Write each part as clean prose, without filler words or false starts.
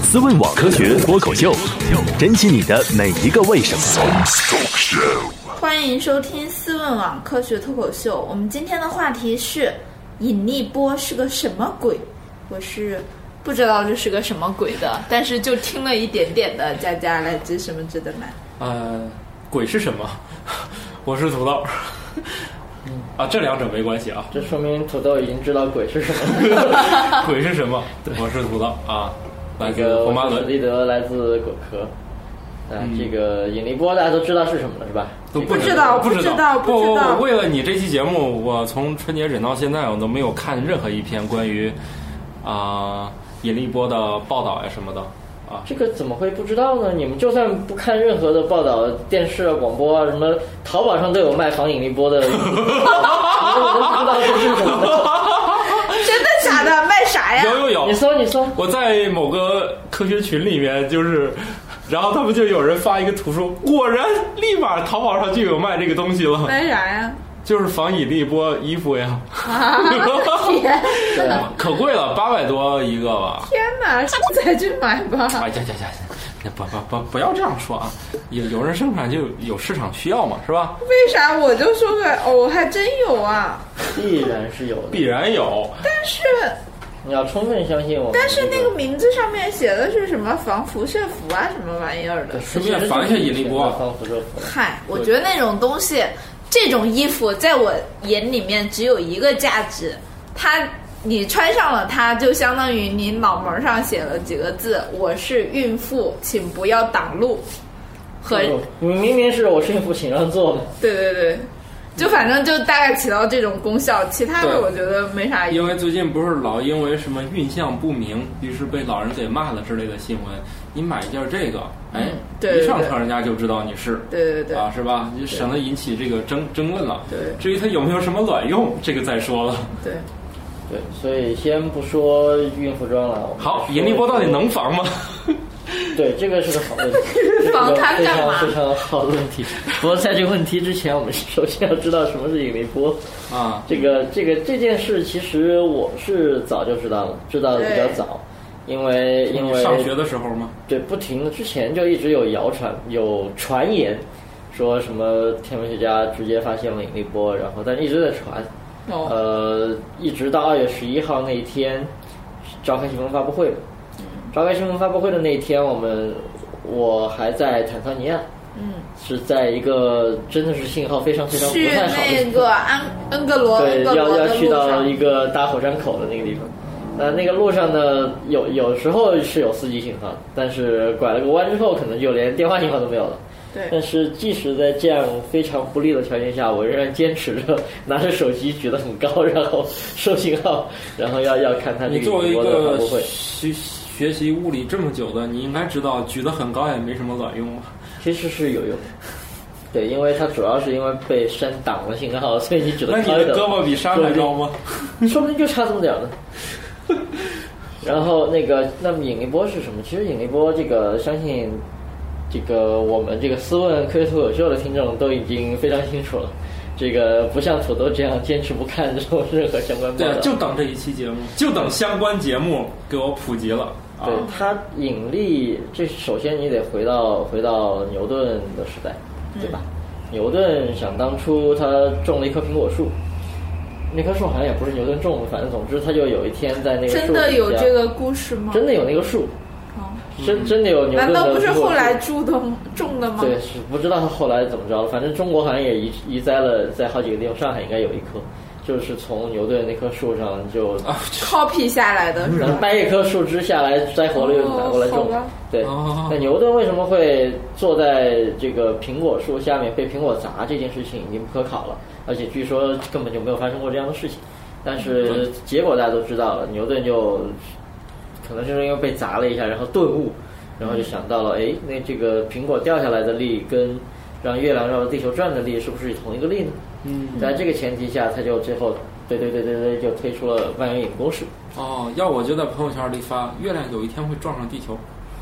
思问网科学脱口秀，珍惜你的每一个为什么。 欢迎收听思问网科学脱口秀。我们今天的话题是引力波是个什么鬼？我是不知道这是个什么鬼的，但是就听了一点点的。佳佳来自什么值得买？ 鬼是什么？我是土豆。这两者没关系啊。 这说明土豆已经知道鬼是什么了。 鬼是什么？我是土豆啊，来自红巴伦。 史蒂德来自果壳。这个引力波大家都知道是什么了是吧？ 都不知道。 不，为了你这期节目，我从春节忍到现在，我都没有看任何一篇关于引力波的报道呀什么的啊。 这个怎么会不知道呢？你们就算不看任何的报道，电视啊、广播啊，什么淘宝上都有卖防引力波的。你们不知道这是什么呢？ 真的假的？卖啥呀？ 有。 你搜。 我在某个科学群里面，然后他们就有人发一个图说，果然立马淘宝上就有卖这个东西了。 卖啥呀？ 就是防引力波衣服呀。 天哪， 可贵了，800多一个吧。 天哪，现在去买吧。 不要这样说啊！有人生产就有市场需要嘛，是吧？ 为啥我就说个还真有啊？ 必然是有的， 必然有。 但是你要充分相信我们。 但是那个名字上面写的是什么防辐射服啊，什么玩意儿的？ 顺便防一下引力波。 防辐射服。 嗨，我觉得那种东西，这种衣服在我眼里面只有一个价值，你穿上了它，就相当于你脑门上写了几个字：我是孕妇，请不要挡路。 明明是我是孕妇，请让座嘛。 对。就反正就大概起到这种功效，其他的我觉得没啥意思。 因为最近不是老因为什么孕象不明，于是被老人给骂了之类的新闻。你买一件这个， 对， 一上车人家就知道你是， 对啊，是吧？就省得引起这个争论了。 对， 至于它有没有什么卵用，这个再说了。 对， 所以先不说孕妇装了。 好，引力波到底能防吗？ 对，这个是个好问题， 防它干嘛？ 非常好的问题。不过在这个问题之前，我们首先要知道什么是引力波啊。 这件事，其实我是早就知道了，知道的比较早，因为上学的时候吗？ 对，不停的之前就一直有谣传、有传言，说什么天文学家直接发现了引力波，然后但一直在传。一直到2月11号那一天召开新闻发布会。召开新闻发布会的那一天，我还在坦桑尼亚，是在一个真的是信号非常非常不太好的去那个恩格罗， 对，要去到一个大火山口的那个地方。那个路上呢，有时候是有4G 信号，但是拐了个弯之后，可能就连电话信号都没有了。 对。 但是即使在这样非常不利的条件下，我仍然坚持着拿着手机举得很高，然后收信号，然后要看他这个引力波的发布会。 学习物理这么久的，你应该知道举得很高也没什么卵用吧？ 其实是有用。对，因为它主要是因为被山挡了信号，所以你举得高一点。 那你的胳膊比山还高吗？ 说不定就差这么点呢。然后那么引力波是什么？其实引力波这个，相信我们这个思问科学脱口秀的听众都已经非常清楚了。这个不像土豆这样坚持不看这种任何相关报道。 对，就等这一期节目，就等相关节目给我普及了。 对，它引力，这首先你得回到牛顿的时代，对吧？牛顿想当初他种了一棵苹果树，那棵树好像也不是牛顿种的，反正总之他就有一天在那个树真的有这个故事吗？ 真的有那个树。真的有牛顿的？ 难道不是后来种的吗？ 对，是不知道他后来怎么着了。反正中国好像也移栽了，在好几个地方，上海应该有一棵，就是从牛顿那棵树上就 copy 下来的，是吧？ 掰一棵树枝下来，摘活了又拿过来种。对，那牛顿为什么会坐在这个苹果树下面被苹果砸？这件事情已经不可考了，而且据说根本就没有发生过这样的事情。但是结果大家都知道了，牛顿就。可能就是因为被砸了一下，然后顿悟，然后就想到了，那这个苹果掉下来的力跟让月亮绕着地球转的力是不是同一个力呢？在这个前提下，他就最后对，就推出了万有引公式。 要我就在朋友圈里发，月亮有一天会撞上地球。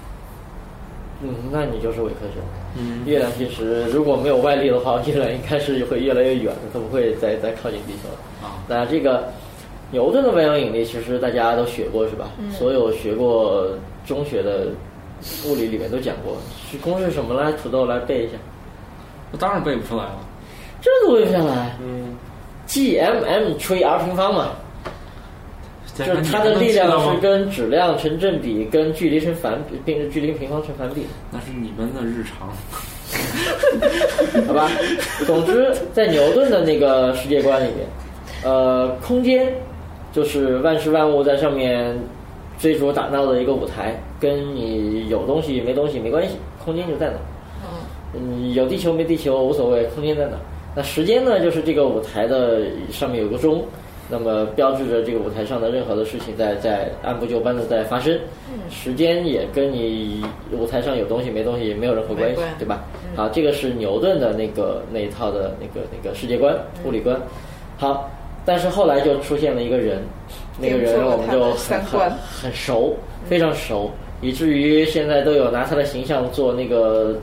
那你就是伪科学。月亮其实如果没有外力的话，月亮应该是会越来越远的，它不会再靠近地球了。那这个牛顿的万有引力其实大家都学过是吧？所有学过中学的物理里面都讲过，是公式什么来？土豆来背一下。 我当然背不出来了， 这都背不下来。Gmm 除以 r 平方嘛，就是它的力量是跟质量成正比，跟距离成反比，并且距离平方成反比。 那是你们的日常。 好吧，总之在牛顿的那个世界观里面，空间就是万事万物在上面追逐打闹的一个舞台，跟你有东西没东西没关系，空间就在哪。有地球没地球无所谓，空间在哪。那时间呢，就是这个舞台的上面有个钟，那么标志着这个舞台上的任何的事情在按部就班的在发生。时间也跟你舞台上有东西没东西没有任何关系，对吧？好，这个是牛顿的那一套的那个世界观、物理观。好，但是后来就出现了一个人，那个人我们就很熟，非常熟，以至于现在都有拿他的形象做那个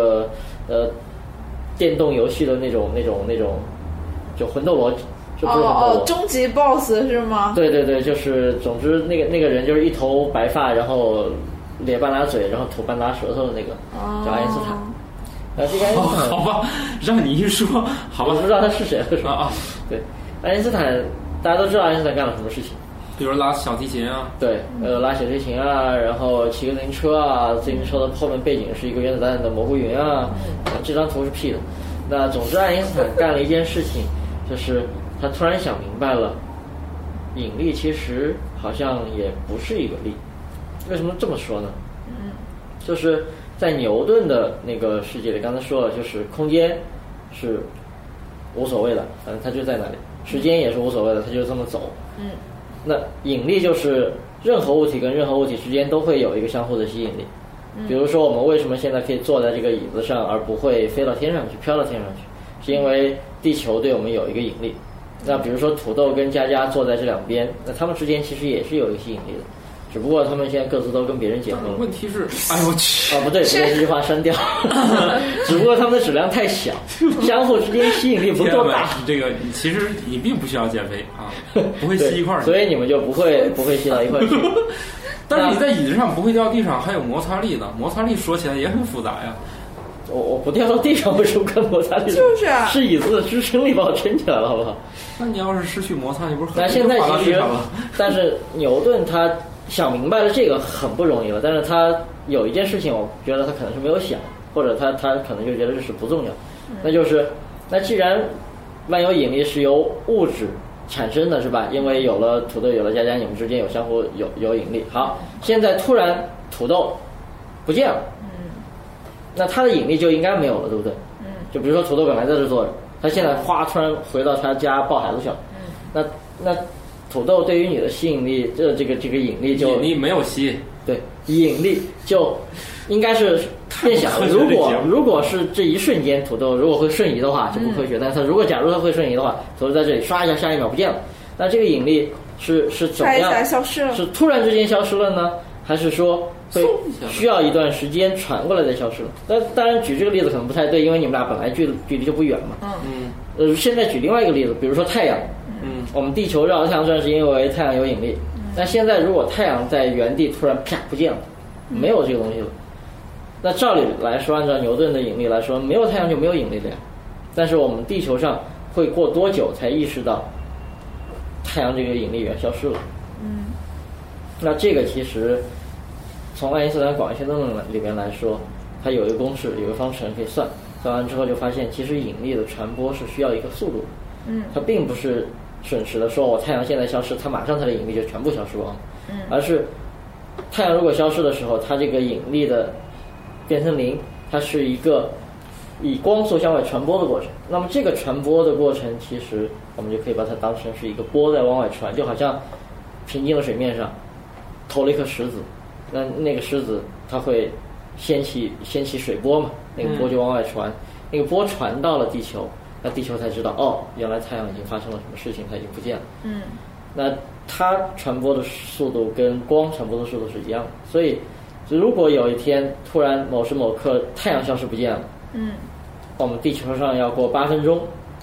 电动游戏的那种就魂斗罗，就不是魂斗罗， 终极 BOSS 是吗？ 对对对，就是总之那个人就是一头白发，然后咧半拉嘴，然后吐半拉舌头的那个，叫爱因斯坦。这个爱因斯坦， 好吧，让你一说，好吧， 我不知道他是谁啊。 对，爱因斯坦大家都知道爱因斯坦干了什么事情， 比如拉小提琴啊， 对，拉小提琴啊，然后骑个自行车啊，自行车的后面背景是一个原子弹的蘑菇云啊，这张图是 P 的。那总之爱因斯坦干了一件事情，就是他突然想明白了，引力其实好像也不是一个力。为什么这么说呢？就是在牛顿的那个世界里，刚才说了，就是空间是无所谓的，反正它就在那里，时间也是无所谓的，它就这么走。那引力就是任何物体跟任何物体之间都会有一个相互的吸引力。比如说我们为什么现在可以坐在这个椅子上而不会飞到天上去飘到天上去，是因为地球对我们有一个引力。那比如说土豆跟佳佳坐在这两边，那他们之间其实也是有一个吸引力的，只不过他们现在各自都跟别人结婚了。 问题是，哎呦我去！ 不对，这句话删掉。只不过他们的质量太小，相互之间吸引力不够大。 这个其实你并不需要减肥啊，不会吸一块儿， 所以你们就不会吸到一块去。 但是你在椅子上不会掉地上，还有摩擦力的。摩擦力说起来也很复杂呀。 我不掉到地上，为什么跟摩擦力？ 就是是椅子的支撑力把我撑起来了，好不好？ 那你要是失去摩擦，你不是那现在其实，但是牛顿他想明白了这个很不容易了，但是他有一件事情，我觉得他可能是没有想，或者他可能就觉得这事不重要，那就是那既然万有引力是由物质产生的是吧？因为有了土豆，有了佳佳，你们之间有相互有引力。好，现在突然土豆不见了，那它的引力就应该没有了，对不对？就比如说土豆本来在这坐着，他现在突然回到他家抱孩子去了，那土豆对于你的吸引力，这个引力就引力没有吸， 对，引力就应该是变小。如果是这一瞬间土豆如果会瞬移的话就不科学，但是假如它会瞬移的话，土豆在这里刷一下，下一秒不见了，那这个引力是怎么样消失了？ 是突然之间消失了呢，还是说会需要一段时间传过来再消失了？那当然举这个例子可能不太对，因为你们俩本来距离就不远嘛。现在举另外一个例子，比如说太阳。我们地球绕太阳转是因为太阳有引力。那现在如果太阳在原地突然啪不见了，没有这个东西了，那照理来说，按照牛顿的引力来说，没有太阳就没有引力的呀。但是我们地球上会过多久才意识到太阳这个引力源消失了？那这个其实从爱因斯坦广义相对论里面来说，它有一个公式，有一个方程可以算完之后就发现，其实引力的传播是需要一个速度的。它并不是瞬时的，说我太阳现在消失，它马上它的引力就全部消失光，而是太阳如果消失的时候，它这个引力的变成0，它是一个以光速向外传播的过程。那么这个传播的过程，其实我们就可以把它当成是一个波在往外传，就好像平静的水面上投了一颗石子，那个石子它会掀起水波嘛，那个波就往外传，那个波传到了地球，那地球才知道原来太阳已经发生了什么事情，它已经不见了。那它传播的速度跟光传播的速度是一样的，所以如果有一天突然某时某刻太阳消失不见了，我们地球上要过8分钟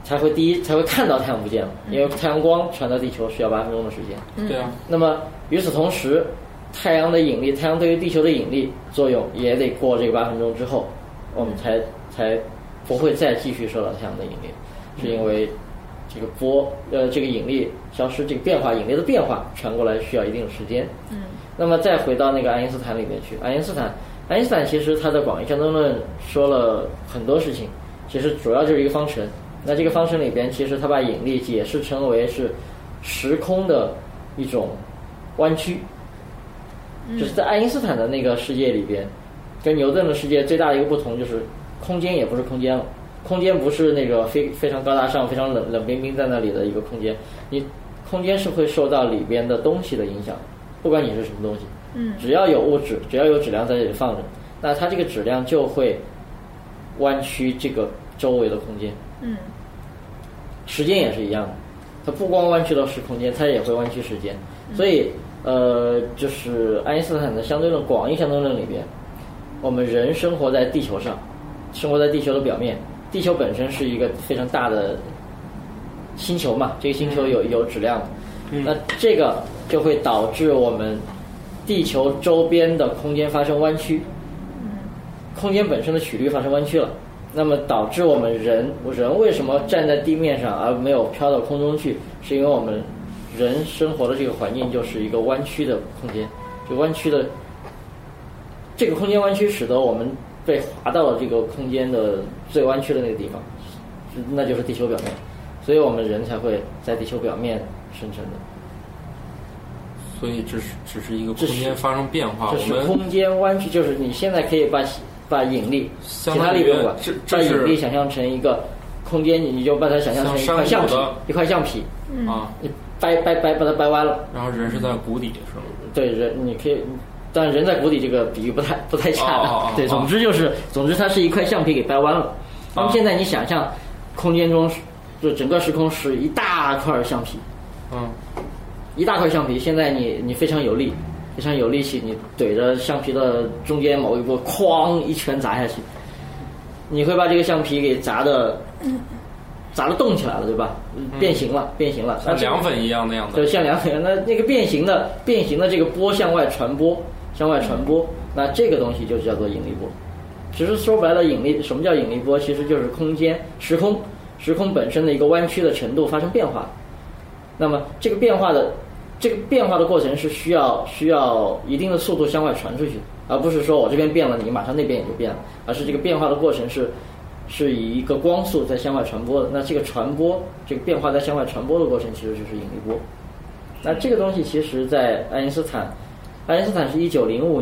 才会看到太阳不见了，因为太阳光传到地球需要8分钟的时间。 对啊。 那么与此同时，太阳的引力，太阳对于地球的引力作用也得过这个8分钟之后，我们才不会再继续受到太阳的引力，是因为这个这个引力消失，这个变化引力的变化传过来需要一定的时间。那么再回到那个爱因斯坦里面去，爱因斯坦其实他的广义相对论说了很多事情，其实主要就是一个方程。那这个方程里边，其实他把引力解释成为是时空的一种弯曲。就是在爱因斯坦的那个世界里边，跟牛顿的世界最大的一个不同就是空间也不是空间了，空间不是那个非常高大上、非常冷冰冰在那里的一个空间，你空间是会受到里边的东西的影响，不管你是什么东西，只要有物质，只要有质量在这里放着，那它这个质量就会弯曲这个周围的空间。时间也是一样的，它不光弯曲到时空间，它也会弯曲时间。所以就是爱因斯坦的相对论，广义相对论里边，我们人生活在地球上，生活在地球的表面，地球本身是一个非常大的星球嘛，这个星球有质量的，那这个就会导致我们地球周边的空间发生弯曲，空间本身的曲率发生弯曲了，那么导致我们人为什么站在地面上而没有飘到空中去，是因为我们人生活的这个环境就是一个弯曲的空间，就弯曲的这个空间弯曲使得我们被滑到了这个空间的最弯曲的那个地方，那就是地球表面，所以我们人才会在地球表面生成的。 所以只是一个空间发生变化， 这是空间弯曲，就是你现在可以把引力，其他力不管，把引力想象成一个空间，你就把它想象成一块橡皮，你掰把它掰弯了。 然后人是在谷底是吗？ 对，人你可以，但人在谷底这个比喻不太恰当。对，总之它是一块橡皮给掰弯了。那么现在你想象空间中就整个时空是一大块橡皮，一大块橡皮，现在你非常有力，非常有力气，你怼着橡皮的中间某一波，哐一拳砸下去，你会把这个橡皮给砸的动起来了，对吧？变形了， 像凉粉一样那样的。 对，像凉粉，那个变形的这个波向外传播，那这个东西就叫做引力波。其实说白了，什么叫引力波？其实就是时空本身的一个弯曲的程度发生变化。那么这个变化的过程是需要一定的速度向外传出去，而不是说我这边变了，你马上那边也就变了，而是这个变化的过程是以一个光速在向外传播的。那这个变化在向外传播的过程其实就是引力波。那这个东西其实在爱因斯坦是1915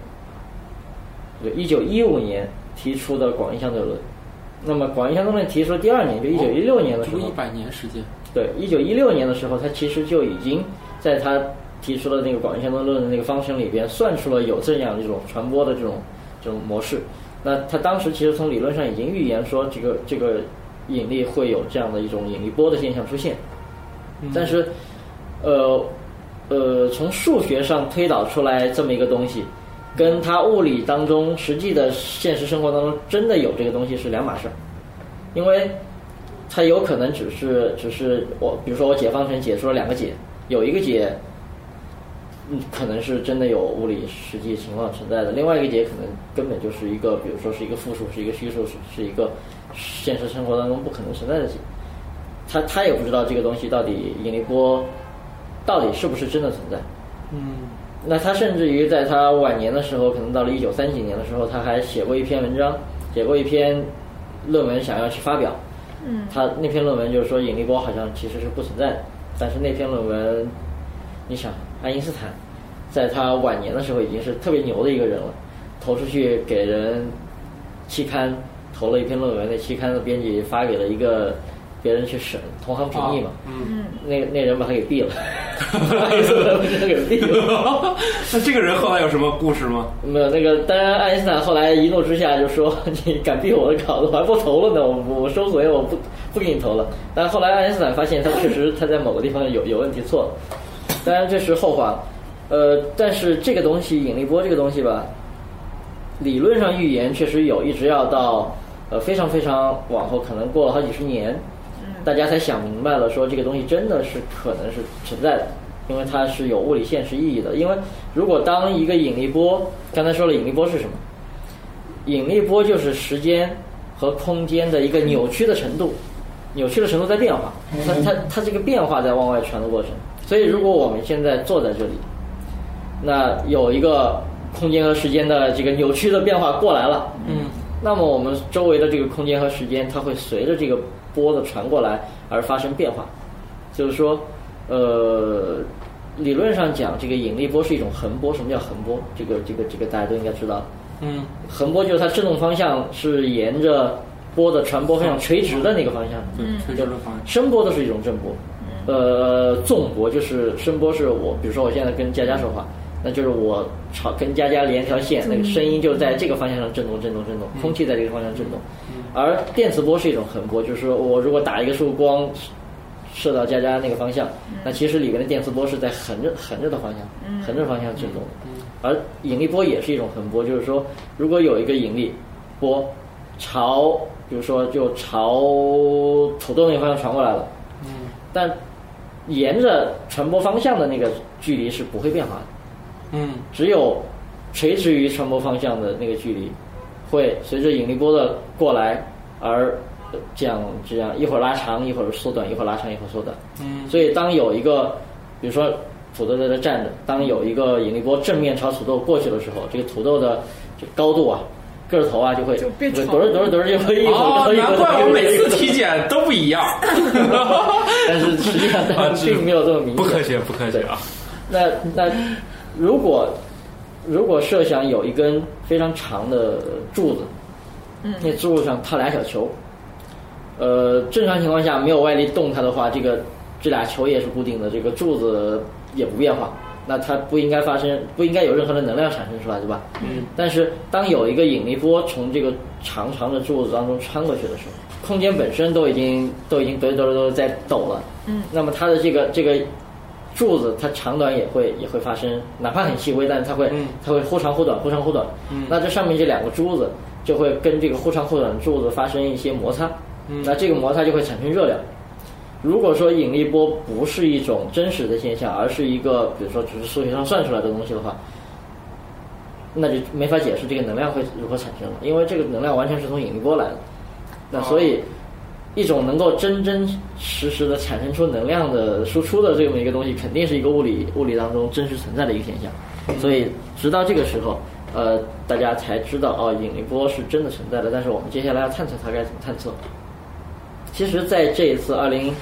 年提出的广义相对论。那么广义相对论提出的第2年，就1916年的时候 ，100年时间。 对，1916年的时候，他其实就已经在他提出的那个广义相对论的那个方程里边算出了有这样一种传播的这种模式。那他当时其实从理论上已经预言说这个引力会有这样的一种引力波的现象出现，但是从数学上推导出来这么一个东西，跟他物理当中实际的现实生活当中真的有这个东西是两码事。因为它有可能只是比如说我解方程解出了2个解，有一个解可能是真的有物理实际情况存在的，另外一个解可能根本就是一个，比如说是一个复数，是一个虚数，是一个现实生活当中不可能存在的解。他也不知道这个东西到底引力波到底是不是真的存在。那他甚至于在他晚年的时候，可能到了1930几年的时候，他还写过一篇文章，写过一篇论文想要去发表。他那篇论文就是说引力波好像其实是不存在的，但是那篇论文，你想爱因斯坦在他晚年的时候已经是特别牛的一个人了，投出去给人期刊投了一篇论文，那期刊的编辑发给了一个别人去审，同行评议嘛，那人把他给毙了，爱因斯坦把他给毙了。 那这个人后来有什么故事吗？ 没有，那个当然爱因斯坦后来一怒之下就说：“你敢毙我的稿子，我还不投了呢，我收回，我不给你投了。”但后来爱因斯坦发现他确实他在某个地方有问题错了，当然这是后话。但是这个东西引力波这个东西吧，理论上预言确实有，一直要到非常非常往后，可能过了好几十年， 大家才想明白了，说这个东西真的是可能是存在的，因为它是有物理现实意义的。因为如果当一个引力波，刚才说了引力波是什么？引力波就是时间和空间的一个扭曲的程度，扭曲的程度在变化，它这个变化在往外传的过程。所以如果我们现在坐在这里，那有一个空间和时间的这个扭曲的变化过来了，那么我们周围的这个空间和时间，它会随着这个波的传过来而发生变化。就是说，理论上讲，这个引力波是一种横波。什么叫横波？这个大家都应该知道。横波就是它振动方向是沿着波的传播方向垂直的那个方向。 垂直的方向。 声波都是一种振波。纵波就是声波，是我比如说我现在跟佳佳说话，那就是我跟佳佳连条线，那个声音就在这个方向上振动，空气在这个方向振动。而电磁波是一种横波，就是说我如果打一个束光射到佳佳那个方向，那其实里面的电磁波是在横着的方向，横着方向振动的。而引力波也是一种横波，就是说如果有一个引力波比如说就朝土豆那个方向传过来了，但沿着传播方向的那个距离是不会变化的，只有垂直于传播方向的那个距离会随着引力波的过来而这样一会儿拉长一会儿缩短，一会儿拉长一会儿缩短。所以当有一个比如说土豆在这站着，当有一个引力波正面朝土豆过去的时候，这个土豆的这个高度啊个头啊就会变长， 就会一会儿难怪我每次体检都不一样。 但是实际上它并没有这么明显。 不科学啊。 那如果设想有一根非常长的柱子，那柱子上套俩小球，正常情况下没有外力动它的话，这俩球也是固定的，这个柱子也不变化，那它不应该有任何的能量产生出来，对吧？但是当有一个引力波从这个长长的柱子当中穿过去的时候，空间本身都已经都在抖了，那么它的这个柱子它长短也会发生，哪怕很细微，但是它会忽长忽短。那这上面这两个珠子就会跟这个忽长忽短的柱子发生一些摩擦，那这个摩擦就会产生热量。如果说引力波不是一种真实的现象，而是一个比如说只是数学上算出来的东西的话，那就没法解释这个能量会如何产生了，因为这个能量完全是从引力波来的。那所以一种能够真实的产生出能量的输出的这么一个东西，肯定是一个物理当中真实存在的一个现象。所以直到这个时候，大家才知道引力波是真的存在的。但是我们接下来要探测它该怎么探测。其实在这次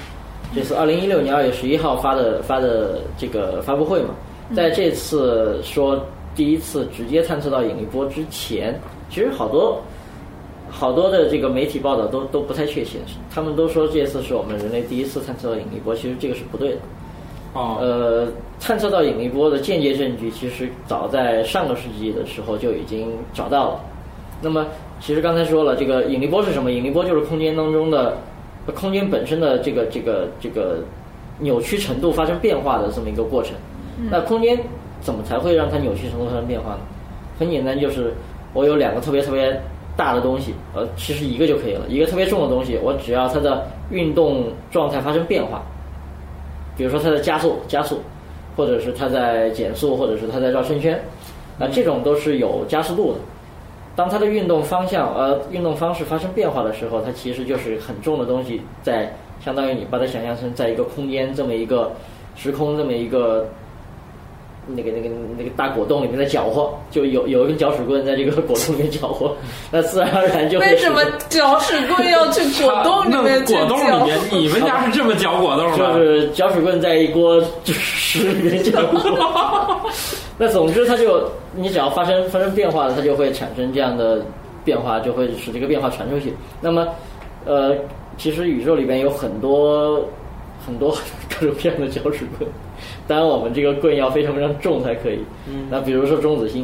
2016年2月11号发的这个发布会嘛，在这次说第一次直接探测到引力波之前，其实好多的这个媒体报道都不太确切，他们都说这次是我们人类第一次探测到引力波，其实这个是不对的。探测到引力波的间接证据，其实早在上个世纪的时候就已经找到了。那么，其实刚才说了，这个引力波是什么？引力波就是空间当中的空间本身的这个扭曲程度发生变化的这么一个过程。那空间怎么才会让它扭曲程度发生变化呢？很简单，就是我有两个特别大的东西，其实一个就可以了。一个特别重的东西，我只要它的运动状态发生变化，比如说它的加速，或者是它在减速，或者是它在绕圈圈，这种都是有加速度的。当它的运动方式发生变化的时候，它其实就是很重的东西在，相当于你把它想象成在一个空间这么一个时空这么一个那个大果冻里面在搅和，就有一根搅屎棍在这个果冻里面搅和，那自然而然就会。 为什么搅屎棍要去果冻里面去搅？ 果冻里面，你们家是这么搅果冻的？ 就是搅屎棍在一锅屎里面搅和。那总之，你只要发生变化了，它就会产生这样的变化，就会使这个变化传出去。那么，其实宇宙里边有很多各种各样的搅屎棍，当然我们这个棍要非常重才可以。那比如说中子星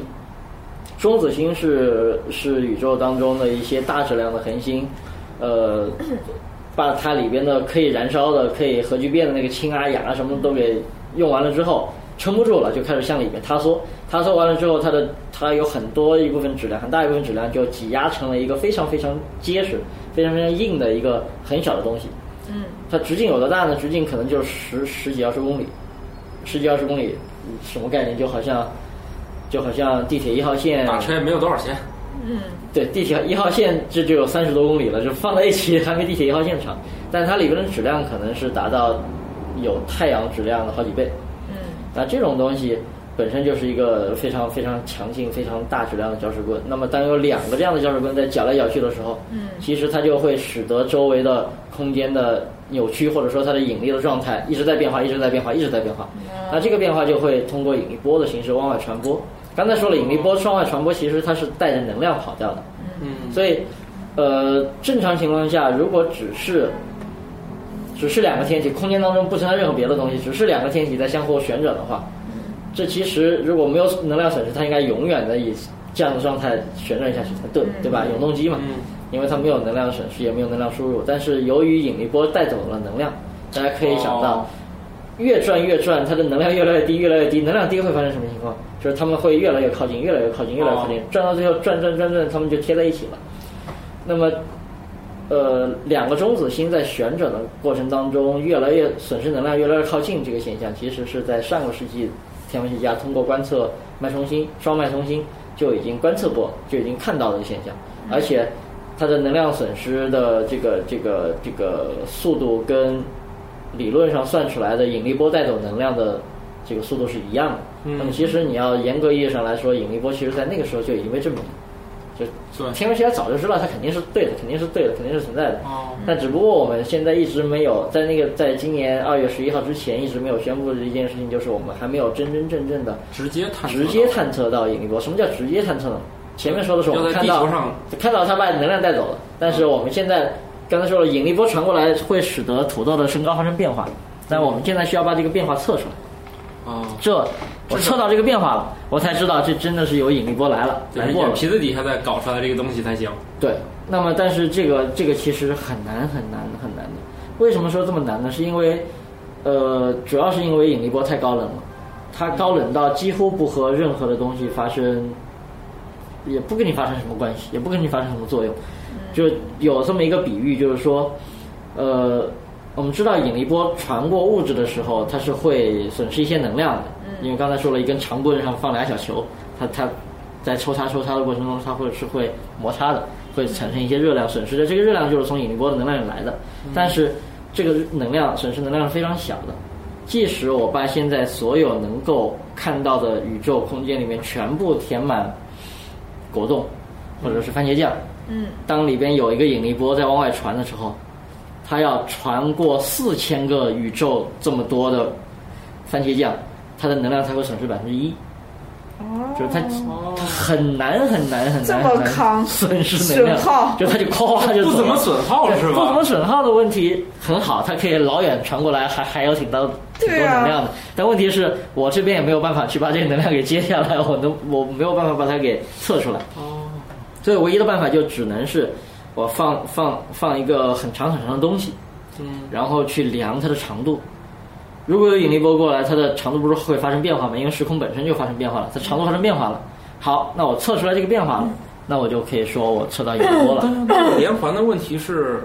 是宇宙当中的一些大质量的恒星，把它里边的可以燃烧的、可以核聚变的那个氢啊、氧啊什么都给用完了之后，撑不住了，就开始向里面塌缩。塌缩完了之后，它有很大一部分质量就挤压成了一个非常结实、非常硬的一个很小的东西。 它直径有多大呢？直径可能就十几20公里，10几20公里，什么概念？就好像地铁1号线打车也没有多少钱。 对，地铁1号线这就有30多公里了，就放在一起还没地铁1号线长，但是它里边的质量可能是达到有太阳质量的好几倍。那这种东西本身就是一个非常非常强劲、非常大质量的搅屎棍。那么当有2个这样的搅屎棍在搅来搅去的时候，其实它就会使得周围的空间的扭曲，或者说它的引力的状态一直在变化，一直在变化，一直在变化。那这个变化就会通过引力波的形式往外传播。刚才说了，引力波往外传播，其实它是带着能量跑掉的。所以，正常情况下，如果只是2个天体，空间当中不存在任何别的东西，只是2个天体在相互旋转的话，这其实如果没有能量损失，它应该永远的以这样的状态旋转下去才对，对吧？永动机嘛，因为它没有能量损失，也没有能量输入。但是由于引力波带走了能量，大家可以想到，越转越转，它的能量越来越低，越来越低。能量低会发生什么情况？就是它们会越来越靠近，越来越靠近，越来越靠近，转到最后转，它们就贴在一起了。那么2个中子星在旋转的过程当中越来越损失能量，越来越靠近，这个现象其实是在上个世纪天文学家通过观测脉冲星、双脉冲星就已经观测过，就已经看到的现象。而且它的能量损失的这个速度跟理论上算出来的引力波带走能量的这个速度是一样的。那么其实你要严格意义上来说，引力波其实在那个时候就已经被证明了。就天文学家早就知道它肯定是对的，肯定是存在的。但只不过我们现在一直没有在今年2月11号之前一直没有宣布的一件事情，就是我们还没有真正的直接探测到引力波。什么叫直接探测呢？前面说的是我们看到它把能量带走了，但是我们现在刚才说了，引力波传过来会使得土豆的身高发生变化，但我们现在需要把这个变化测出来。我测到这个变化了，我才知道这真的是有引力波来了， 就是眼皮子底下再搞出来这个东西才行。 对，那么但是这个其实很难的。为什么说这么难呢？是因为主要是因为引力波太高冷了，它高冷到几乎不和任何的东西发生，也不跟你发生什么关系，也不跟你发生什么作用。就有这么一个比喻，就是说我们知道引力波传过物质的时候，它是会损失一些能量的，因为刚才说了，一根长棍上放俩小球，它在抽插的过程中，它会摩擦的，会产生一些热量损失的。这个热量就是从引力波的能量里来的，但是这个能量损失能量是非常小的。即使我把现在所有能够看到的宇宙空间里面全部填满果冻或者是番茄酱，当里边有一个引力波在往外传的时候，它要传过4000个宇宙这么多的番茄酱，它的能量才会损失1%。就是它很难损失能量，就它就夸就不怎么损耗是吧？ 不怎么损耗的问题很好，它可以老远传过来，还有挺多能量的。但问题是我这边也没有办法去把这个能量给接下来，我没有办法把它给测出来。所以唯一的办法就只能是我放一个很长的东西，然后去量它的长度。如果有引力波过来，它的长度不是会发生变化吗？因为时空本身就发生变化了，它长度发生变化了。好，那我测出来这个变化了，那我就可以说我测到引力波了。 连环的问题是，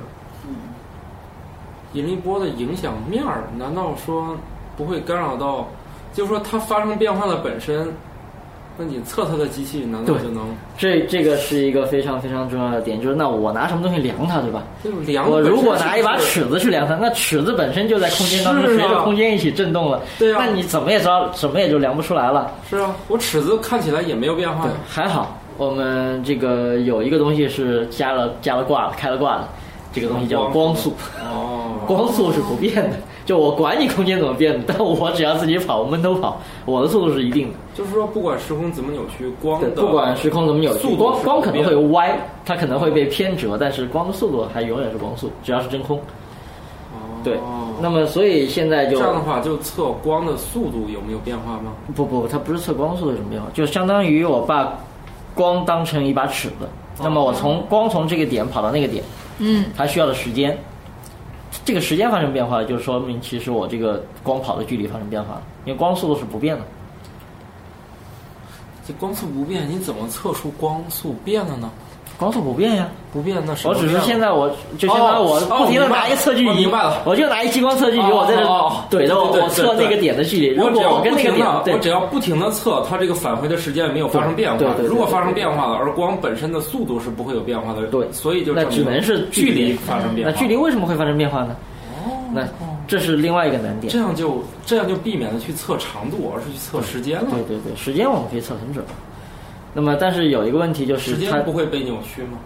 引力波的影响面儿，难道说不会干扰到？就是说它发生变化的本身，那你测它的机器难道就能？ 这个是一个非常非常重要的点，就是那我拿什么东西量它，对吧？ 量我如果拿一把尺子去量它，那尺子本身就在空间当中随着空间一起震动了， 对啊， 那你怎么也就量不出来了。 是啊，我尺子看起来也没有变化。 对，还好我们这个有一个东西是加了挂的，开了挂的，这个东西叫光速。光速是不变的。就我管你空间怎么变，但我只要自己跑，我闷头跑，我的速度是一定的。 就是说，不管时空怎么扭曲，光的不管时空怎么扭曲，光可能会歪，它可能会被偏折，但是光的速度还永远是光速，只要是真空。对，那么所以现在就这样的话，就测光的速度有没有变化吗？ 不，它不是测光速度有什么变化，就相当于我把光当成一把尺子，那么我从这个点跑到那个点，它需要的时间。这个时间发生变化，就说明其实我这个光跑的距离发生变化了，因为光速度是不变的。 这光速不变，你怎么测出光速变了呢？ 光速不变呀， 不变。那我只是现在我就相当于我不停的拿一个测距仪， 明白了， 我就拿一激光测距仪，我在这怼着我测那个点的距离。如果我跟那个点， 我只要不停的测，它这个返回的时间没有发生变化。 对， 如果发生变化了，而光本身的速度是不会有变化的。 对， 所以就那只能是距离发生变化。 那距离为什么会发生变化呢？那这是另外一个难点。 这样就避免了去测长度，而是去测时间了。 对，时间我们可以测很准。那么，但是有一个问题就是， 时间不会被扭曲吗？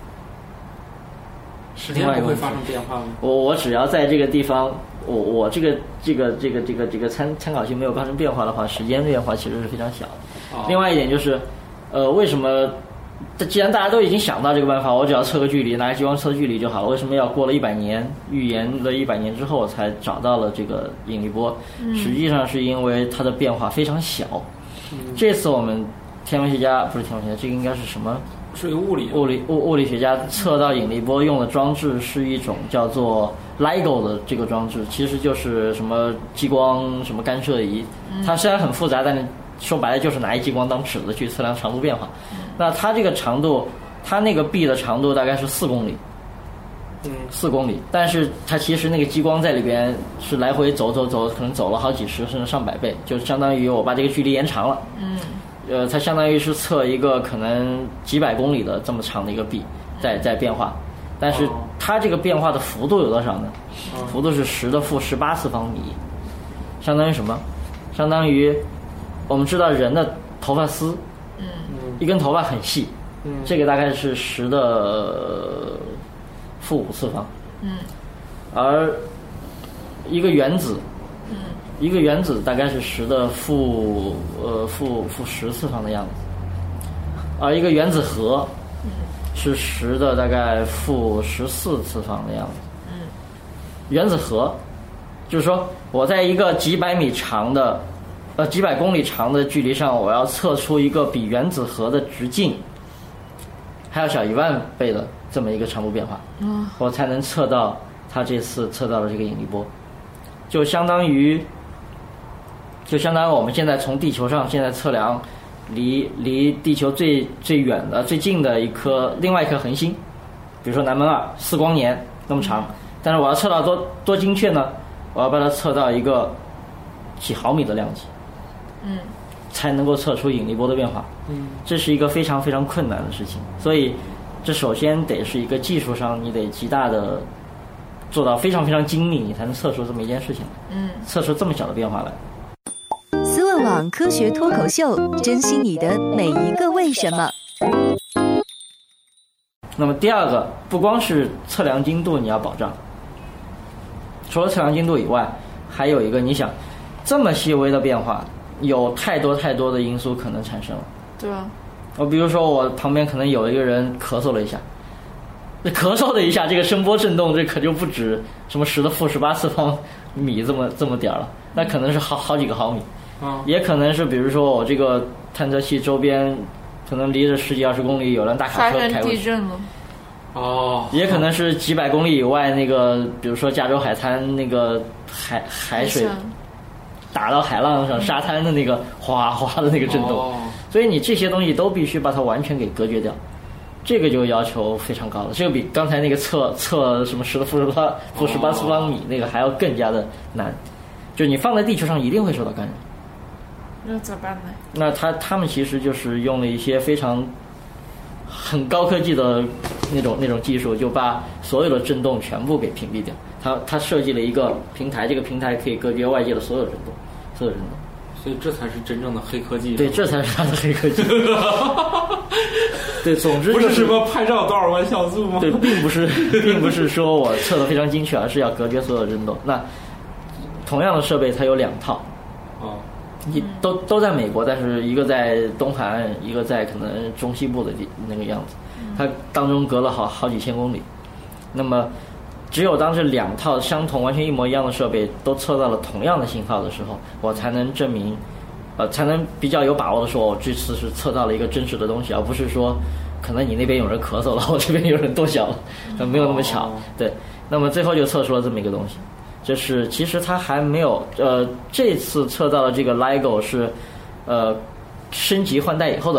时间不会发生变化吗？ 我只要在这个地方，我这个参考性没有发生变化的话，时间变化其实是非常小的。另外一点就是，为什么？既然大家都已经想到这个办法，我只要测个距离，拿激光测距离就好了。为什么要过了100年，预言了100年之后才找到了这个引力波？实际上是因为它的变化非常小。这次我们天文学家不是天文学家，这个应该是什么？ 是一个物理学家测到引力波用的装置是一种叫做 LIGO 的这个装置，其实就是什么激光什么干涉仪。它虽然很复杂，但是说白了就是拿一激光当尺子去测量长度变化。那它这个长度，它那个臂的长度大概是4公里，4公里。但是它其实那个激光在里边是来回走，可能走了好几十甚至上百倍，就相当于我把这个距离延长了。它相当于是测一个可能几百公里的这么长的一个臂在变化，但是它这个变化的幅度有多少呢？幅度是10⁻18次方米，相当于什么？相当于我们知道人的头发丝，一根头发很细，这个大概是10⁻5次方，而一个原子。一个原子大概是10⁻10次方的样子，而一个原子核是10的大概-14次方的样子。原子核就是说我在一个几百公里长的距离上，我要测出一个比原子核的直径还要小10000倍的这么一个长度变化，我才能测到它这次测到的这个引力波，就相当于我们现在从地球上现在测量离地球最远的最近的另外一颗恒星，比如说南门2，4光年那么长，但是我要测到多精确呢？我要把它测到一个几毫米的量级，才能够测出引力波的变化。这是一个非常非常困难的事情，所以这首先得是一个技术上你得极大的做到非常非常精密，你才能测出这么一件事情，测出这么小的变化来。 思问网科学脱口秀，珍惜你的每一个为什么。 那么第二个，不光是测量精度你要保障，除了测量精度以外，还有一个，你想这么细微的变化，有太多太多的因素可能产生了。 对啊， 比如说我旁边可能有一个人咳嗽了一下，咳嗽了一下，这个声波振动，这可就不止什么10⁻18次方米这么点了，那可能是好几个毫米。也可能是比如说我这个探测器周边可能离着10几20公里有辆大卡车开过去， 地震了。 也可能是几百公里以外那个，比如说加州海滩那个海水打到海浪上，沙滩的那个哗哗的那个震动，所以你这些东西都必须把它完全给隔绝掉，这个就要求非常高了，这个比刚才那个测什么10⁻18次方米那个还要更加的难，就你放在地球上一定会受到干扰。 那咋办呢？ 那他们其实就是用了一些很高科技的那种技术，就把所有的震动全部给屏蔽掉。他设计了一个平台，这个平台可以隔绝外界的所有震动。 所以这才是真正的黑科技。 对，这才是他的黑科技。对，总之、 不是什么拍照多少万像素吗？ 对，并不是说我测得非常精确，而是要隔绝所有震动。那同样的设备它有2套。都在美国，但是一个在东海岸，一个在可能中西部的那个样子，它当中隔了好几千公里。那么只有当这2套相同完全一模一样的设备都测到了同样的信号的时候，我才能证明才能比较有把握的说我这次是测到了一个真实的东西，而不是说可能你那边有人咳嗽了，我这边有人跺脚了，没有那么巧。对，那么最后就测出了这么一个东西。就是其实它还没有这次测到的这个 LIGO 是升级换代以后的 LIGO，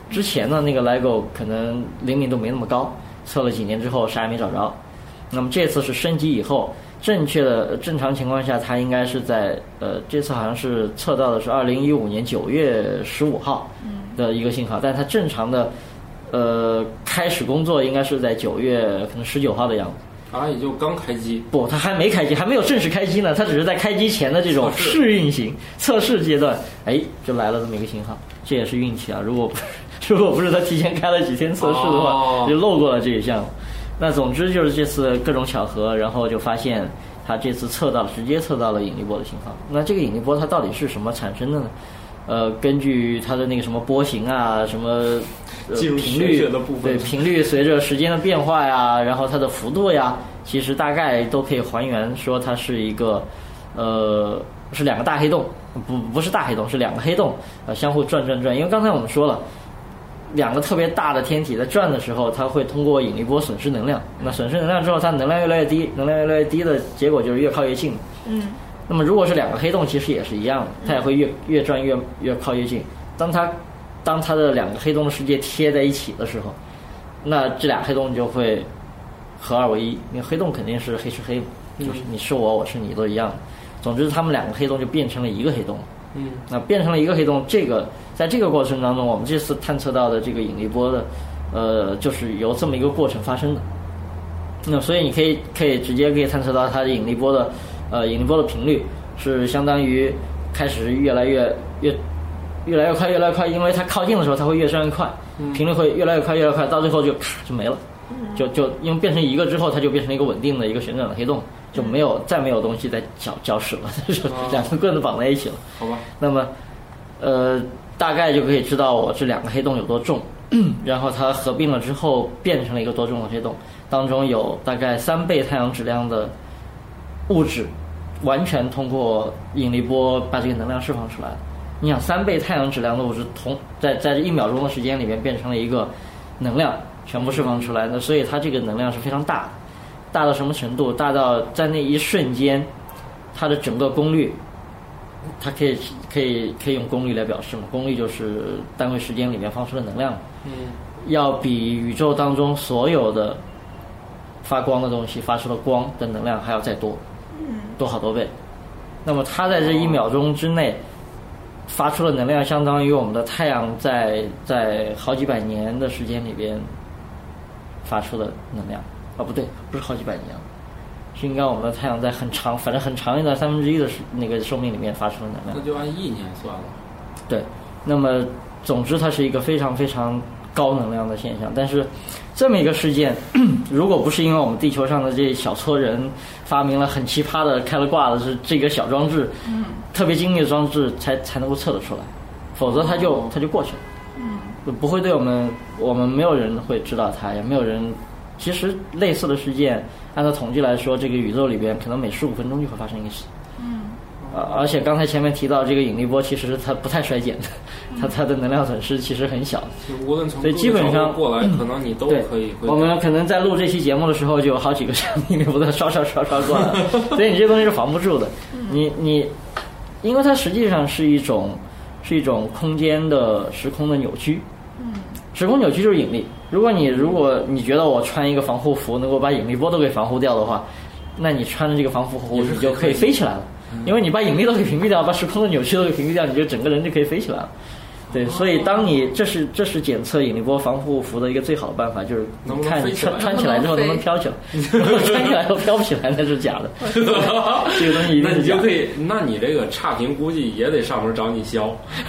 之前的那个 LIGO 可能灵敏度没那么高，测了几年之后啥也没找着。那么这次是升级以后，正常情况下，它应该是在这次好像是测到的是2015年9月15号的一个信号，但它正常的开始工作应该是在9月可能19号的样子。 也就刚开机。不， 它还没开机，还没有正式开机呢，它只是在开机前的这种试运行测试阶段，就来了这么一个信号，这也是运气啊！如果不是它提前开了几天测试的话，就漏过了这一项。那总之就是这次各种巧合，然后就发现它这次直接测到了引力波的信号。那这个引力波它到底是什么产生的呢？根据它的那个什么波形啊，什么频率的部分， 对，频率随着时间的变化呀，然后它的幅度呀，其实大概都可以还原说它是一个是两个大黑洞，不是大黑洞，是两个黑洞相互转。因为刚才我们说了，两个特别大的天体在转的时候，它会通过引力波损失能量。那损失能量之后，它能量越来越低，能量越来越低的结果就是越靠越近。那么如果是两个黑洞，其实也是一样的，它也会越转越靠越近。当它的两个黑洞的世界贴在一起的时候，那这俩黑洞就会合二为一。因为黑洞肯定是黑是黑，就是你是我，我是你都一样的。总之，它们两个黑洞就变成了一个黑洞。那变成了一个黑洞，在这个过程当中，我们这次探测到的这个引力波的，就是由这么一个过程发生的。那所以你可以直接探测到它的引力波的频率是相当于开始越来越快，因为它靠近的时候它会越转越快，频率会越来越快，到最后就没了。就因为变成一个之后，它就变成一个稳定的一个旋转的黑洞，就再没有东西在搅屎了，就是两个棍子绑在一起了。 好吧。 那么大概就可以知道我这两个黑洞有多重，然后它合并了之后变成了一个多重的黑洞，当中有大概3倍太阳质量的物质完全通过引力波把这个能量释放出来了。你想3倍太阳质量的物质在这1秒钟的时间里面变成了一个能量全部释放出来，那所以它这个能量是非常大的，大到什么程度？大到在那一瞬间，它的整个功率，它可以用功率来表示嘛？功率就是单位时间里面放出的能量，要比宇宙当中所有的发光的东西发出的光的能量还要再多，多好多倍。那么它在这1秒钟之内发出的能量，相当于我们的太阳在好几百年的时间里边发出的能量。不对，不是好几百年，是应该我们的太阳在很长一段1/3的那个寿命里面发出的能量。 那就按1年算了。 对，那么总之它是一个非常非常高能量的现象。但是这么一个事件，如果不是因为我们地球上的这小撮人发明了很奇葩的开了挂的是这个小装置，特别精密的装置才能够测得出来，否则它就过去了，不会对我们没有人会知道它，也没有人。其实类似的事件，按照统计来说，这个宇宙里边可能每15分钟就会发生一次。而且刚才前面提到这个引力波，其实它不太衰减的，它的能量损失其实很小。 无论从所以基本上过来，可能你都可以。 我们可能在录这期节目的时候，就有好几个引力波在刷过来，所以你这东西是防不住的。你，因为它实际上是一种空间的时空的扭曲。时空扭曲就是引力。如果你觉得我穿一个防护服能够把引力波都给防护掉的话，那你穿着这个防护服你就可以飞起来了，因为你把引力都给屏蔽掉，把时空的扭曲都给屏蔽掉，你就整个人就可以飞起来了。对，所以当你这是检测引力波防护服的一个最好的办法，就是你看你穿起来之后能不能飘起来，穿起来后飘不起来那是假的。这个东西一定是假的。 那你就可以，那你这个差评估计也得上门找你削。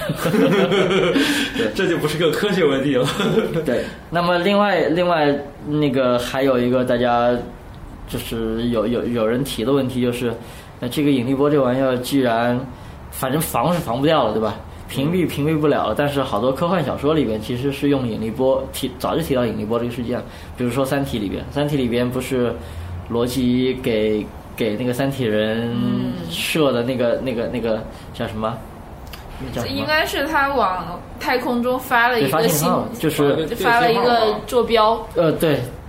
对，这就不是个科学问题了。 对，那么另外那个还有一个大家就是有人提的问题就是，这个引力波这玩意儿既然反正防是防不掉了，对吧？屏蔽不了了，但是好多科幻小说里边其实是用引力波早就提到引力波这个事件，比如说《三体》里边不是罗辑给那个三体人射的那个叫什么？ 应该是他往太空中发了一个信号，就是发了一个坐标。 对，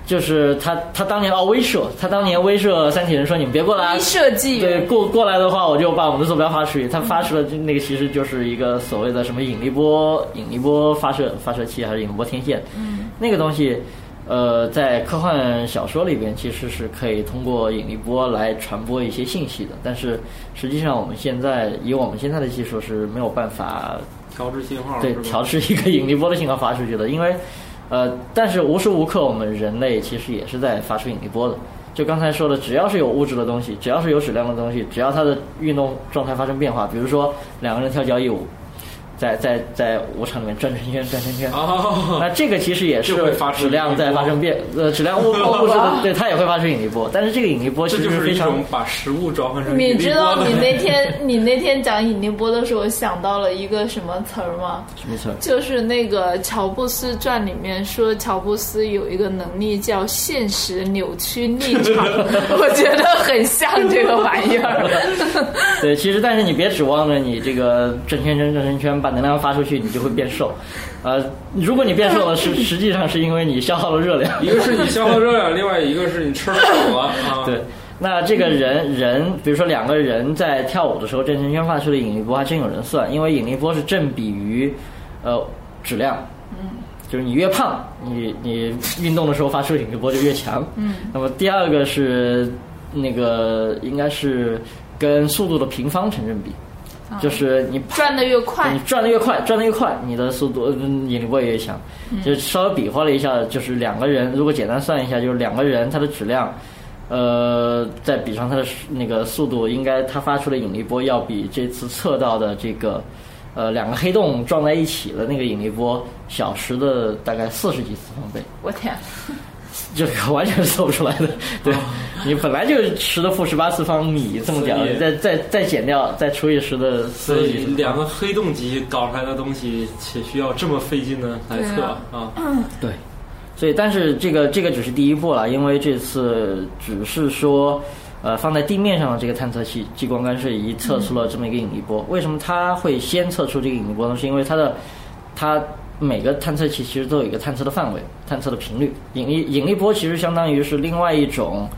就是他当年威慑，他当年威慑三体人说你们别过来， 威慑纪元， 对，过来的话我就把我们的坐标发出去。他发出了那个其实就是一个所谓的什么引力波发射器还是引力波天线，那个东西。在科幻小说里边，其实是可以通过引力波来传播一些信息的，但是实际上我们现在以我们现在的技术是没有办法调制信号， 对，调制一个引力波的信号发出去的，因为但是无时无刻我们人类其实也是在发出引力波的。就刚才说的，只要是有物质的东西，只要是有质量的东西，只要它的运动状态发生变化，比如说两个人跳交谊舞。在舞场里面转圈圈，那这个其实也是质量在发生质量物质的，对，它也会发出引力波，但是这个引力波其实是非常这就是一种把食物召唤成引力波的。你知道你那天讲引力波的时候想到了一个什么词儿吗？ 什么词儿？ 就是那个乔布斯传里面说乔布斯有一个能力叫现实扭曲逆场，我觉得很像这个玩意儿。 对，其实但是你别指望着你这个转圈圈。把能量发出去，你就会变瘦。如果你变瘦了，实际上是因为你消耗了热量。 一个是你消耗热量，另外一个是你吃了少了。 对，那这个人，比如说两个人在跳舞的时候，转圈圈发出的引力波还真有人算，因为引力波是正比于质量。就是你越胖，你运动的时候发出的引力波就越强。那么第二个是那个应该是跟速度的平方成正比。就是你转得越快， 你转得越快，你的速度引力波也越强。就稍微比划了一下，就是两个人，如果简单算一下，就是两个人它的质量，再比上它的那个速度，应该它发出的引力波要比这次测到的这个两个黑洞撞在一起的那个引力波小时的大概40几次方倍。 我天！ 这个完全是测不出来的，对，你本来就10的负18次方米这么点，再减掉，再除以10的40， 所以两个黑洞级搞出来的东西，且需要这么费劲的来测啊。 对，所以但是这个只是第一步了，因为这次只是说，放在地面上的这个探测器激光干涉仪测出了这么一个引力波。为什么它会先测出这个引力波呢？是因为它每个探测器其实都有一个探测的范围、探测的频率。引力波其实相当于是另外一种，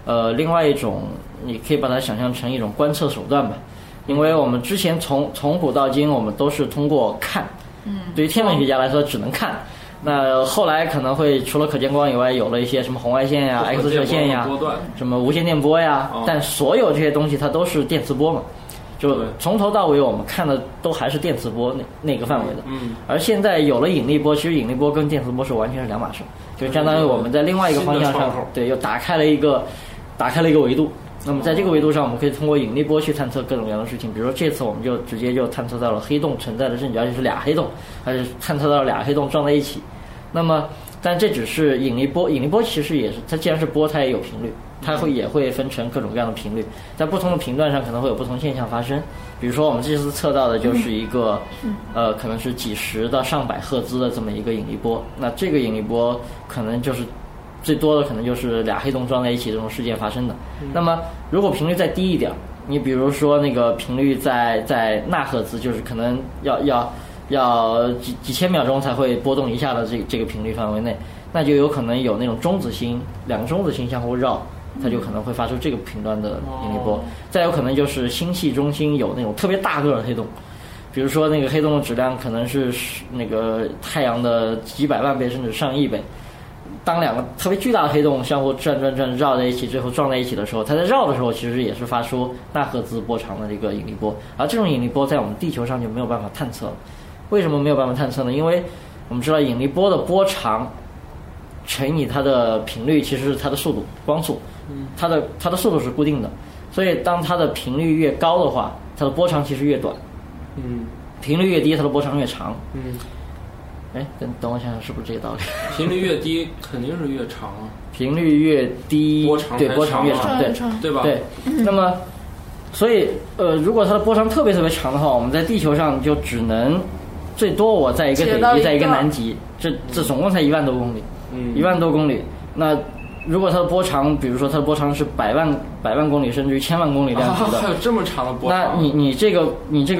你可以把它想象成一种观测手段吧。因为我们之前从古到今，我们都是通过看，对于天文学家来说只能看。那后来可能会除了可见光以外，有了一些什么红外线呀、X 射线呀、什么无线电波呀，但所有这些东西它都是电磁波嘛。就从头到尾我们看的都还是电磁波那个范围的，而现在有了引力波，其实引力波跟电磁波是完全是两码事，就相当于我们在另外一个方向上，对，又打开了一个维度。那么在这个维度上，我们可以通过引力波去探测各种各样的事情，比如说这次我们就直接就探测到了黑洞存在的证据，而且是俩黑洞，还是探测到了俩黑洞撞在一起。那么但这只是引力波，引力波其实也是，它既然是波，它也有频率，它也会分成各种各样的频率，在不同的频段上可能会有不同现象发生。比如说我们这次测到的就是一个可能是几十到上百赫兹的这么一个引力波，那这个引力波可能就是最多的可能就是俩黑洞撞在一起这种事件发生的。那么如果频率再低一点，你比如说那个频率在纳赫兹，就是可能要几千秒钟才会波动一下的这个频率范围内，那就有可能有那种中子星，两个中子星相互绕，它就可能会发出这个频段的引力波。再有可能就是星系中心有那种特别大个的黑洞，比如说那个黑洞的质量可能是那个太阳的几百万倍甚至上亿倍。当两个特别巨大的黑洞相互转绕在一起，最后撞在一起的时候，它在绕的时候其实也是发出纳赫兹波长的这个引力波，而这种引力波在我们地球上就没有办法探测了。为什么没有办法探测呢？因为我们知道引力波的波长乘以它的频率其实是它的速度，光速，它的速度是固定的，所以当它的频率越高的话，它的波长其实越短，频率越低，它的波长越长。等我想想是不是这个道理？ 频率越低肯定是越长啊。 频率越低，对，波长越长， 对吧？ 对。那么，所以如果它的波长特别特别长的话，我们在地球上就只能最多我在一个北极，在一个南极，这总共才1万多公里，1万多公里。那如果它的波长，比如说它的波长是百万公里，甚至于1000万公里量级的， 还有这么长的波长？ 那你这个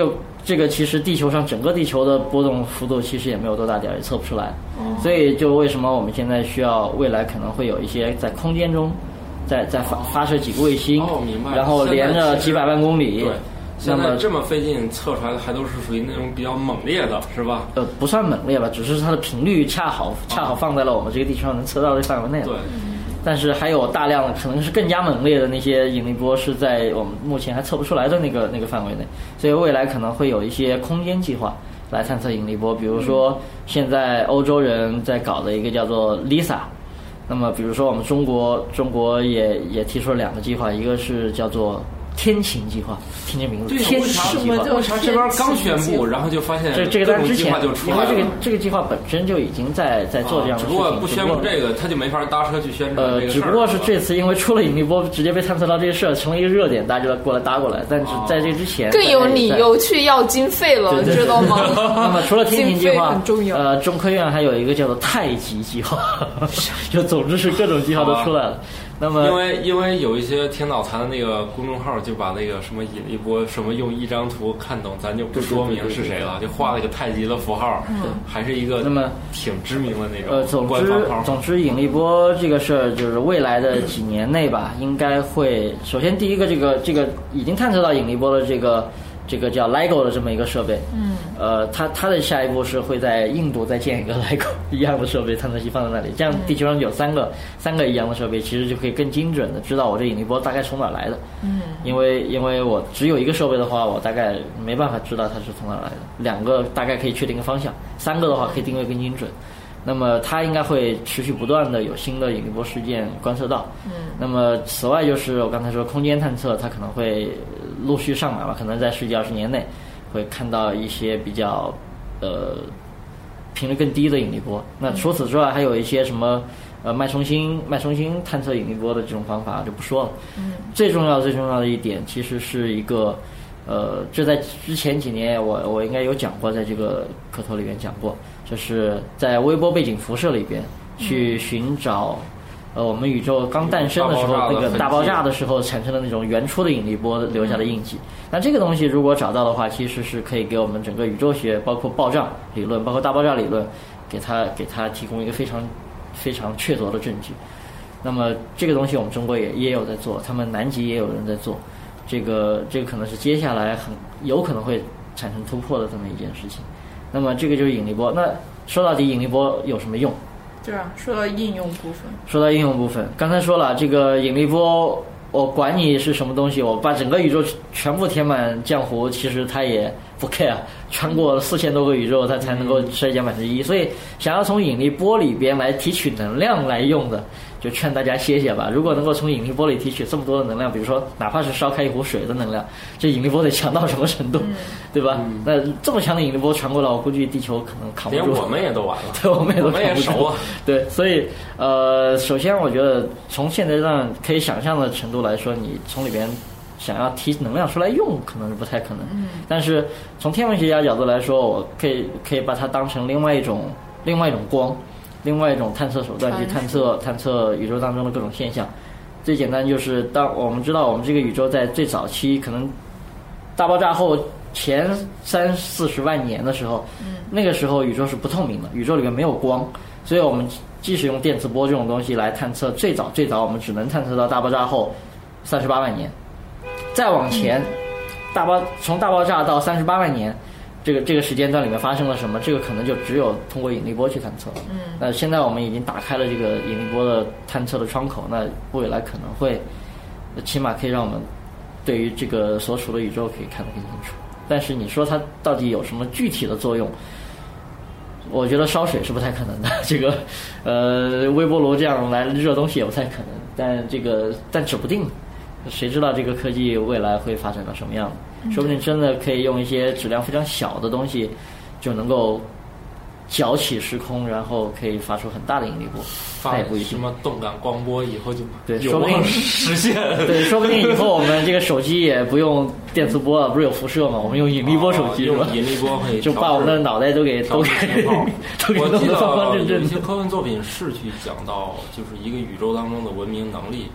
这个其实地球上整个地球的波动幅度其实也没有多大点，也测不出来。所以就为什么我们现在需要未来可能会有一些在空间中再发射几个卫星，然后连着几百万公里。 对，现在这么费劲测出来的还都是属于那种比较猛烈的，是吧？ 不算猛烈吧，只是它的频率恰好放在了我们这个地球上能测到的范围内。 对。 但是还有大量的可能是更加猛烈的那些引力波是在我们目前还测不出来的那个范围内，所以未来可能会有一些空间计划来探测引力波，比如说现在欧洲人在搞的一个叫做 LISA， 那么比如说我们中国也提出了2个计划，一个是叫做天晴计划，听这名字，天晴计划。 为啥这边刚宣布，然后就发现这个在之前就出来了？ 因为这个计划本身就已经在做这样的事情， 只不过不宣布这个，他就没法搭车去宣传这个事儿。 只不过是这次因为出了引力波，直接被探测到这个事儿，成了一个热点，大家就过来搭过来。但是在这之前， 更有理由去要经费了，知道吗？ 那么除了天晴计划，中科院还有一个叫做太极计划，就总之是各种计划都出来了。那么因为有一些挺脑残的那个公众号就把那个什么引力波什么用一张图看懂，咱就不说明是谁了，就画了一个太极的符号，还是一个那么挺知名的那种官方号。 总之引力波这个事儿就是未来的几年内吧，应该会首先第一个这个已经探测到引力波的这个叫 LIGO 的这么一个设备，它的下一步是会在印度再建一个 LIGO 一样的设备，探测器放在那里，这样地球上有三个一样的设备，其实就可以更精准的知道我这引力波大概从哪来的。因为我只有一个设备的话，我大概没办法知道它是从哪来的，2个大概可以确定个方向，3个的话可以定位更精准。那么它应该会持续不断的有新的引力波事件观测到。那么此外就是我刚才说空间探测，它可能会陆续上马吧，可能在10几20年内会看到一些比较频率更低的引力波。那除此之外还有一些什么脉冲星探测引力波的这种方法就不说了。最重要的一点其实是一个这在之前几年我应该有讲过，在这个课头里面讲过，就是在微波背景辐射里边去寻找我们宇宙刚诞生的时候那个大爆炸的时候产生的那种原初的引力波留下的印记。那这个东西如果找到的话，其实是可以给我们整个宇宙学，包括暴胀理论，包括大爆炸理论，给它提供一个非常非常确凿的证据。那么这个东西我们中国也有在做，他们南极也有人在做。这个可能是接下来很有可能会产生突破的这么一件事情。那么这个就是引力波。那说到底引力波有什么用？ 对啊，说到应用部分，刚才说了，这个引力波我管你是什么东西，我把整个宇宙全部填满浆糊，其实它也不 care， 穿过4000多个宇宙它才能够衰减1%。所以想要从引力波里边来提取能量来用的，就劝大家歇歇吧。如果能够从引力波里提取这么多的能量，比如说哪怕是烧开一壶水的能量，这引力波得强到什么程度，对吧？那这么强的引力波传过来，我估计地球可能扛不住。 连我们也都完了。 对，我们也熟了。 对，所以首先我觉得从现在上可以想象的程度来说，你从里边想要提能量出来用，可能是不太可能。但是从天文学家角度来说，我可以把它当成另外一种光。另外一种探测手段去探测宇宙当中的各种现象。最简单就是当我们知道我们这个宇宙在最早期可能大爆炸后前30-40万年的时候，那个时候宇宙是不透明的，宇宙里面没有光，所以我们即使用电磁波这种东西来探测，最早我们只能探测到大爆炸后38万年。再往前，从大爆炸到38万年。这个时间段里面发生了什么？这个可能就只有通过引力波去探测。那现在我们已经打开了这个引力波的探测的窗口，那未来可能会，起码可以让我们对于这个所处的宇宙可以看得更清楚。但是你说它到底有什么具体的作用？我觉得烧水是不太可能的。这个微波炉这样来热东西也不太可能。但指不定，谁知道这个科技未来会发展到什么样子？说不定真的可以用一些质量非常小的东西，就能够搅起时空，然后可以发出很大的引力波。 发什么动感光波以后就对，说不定实现。 对，说不定以后我们这个手机也不用电磁波了，不是有辐射吗？我们用引力波手机， 用引力波可以就把我们的脑袋都给弄得方方正正。 有一些科幻作品是去讲到，就是一个宇宙当中的文明能力。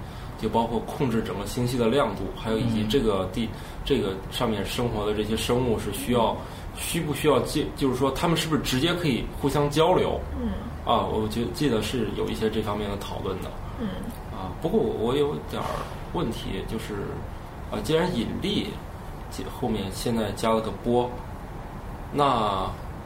就包括控制整个星系的亮度，还有以及这个上面生活的这些生物是需不需要就是说他们是不是直接可以互相交流？我记得是有一些这方面的讨论的。不过我有点问题，就是既然引力后面现在加了个波，那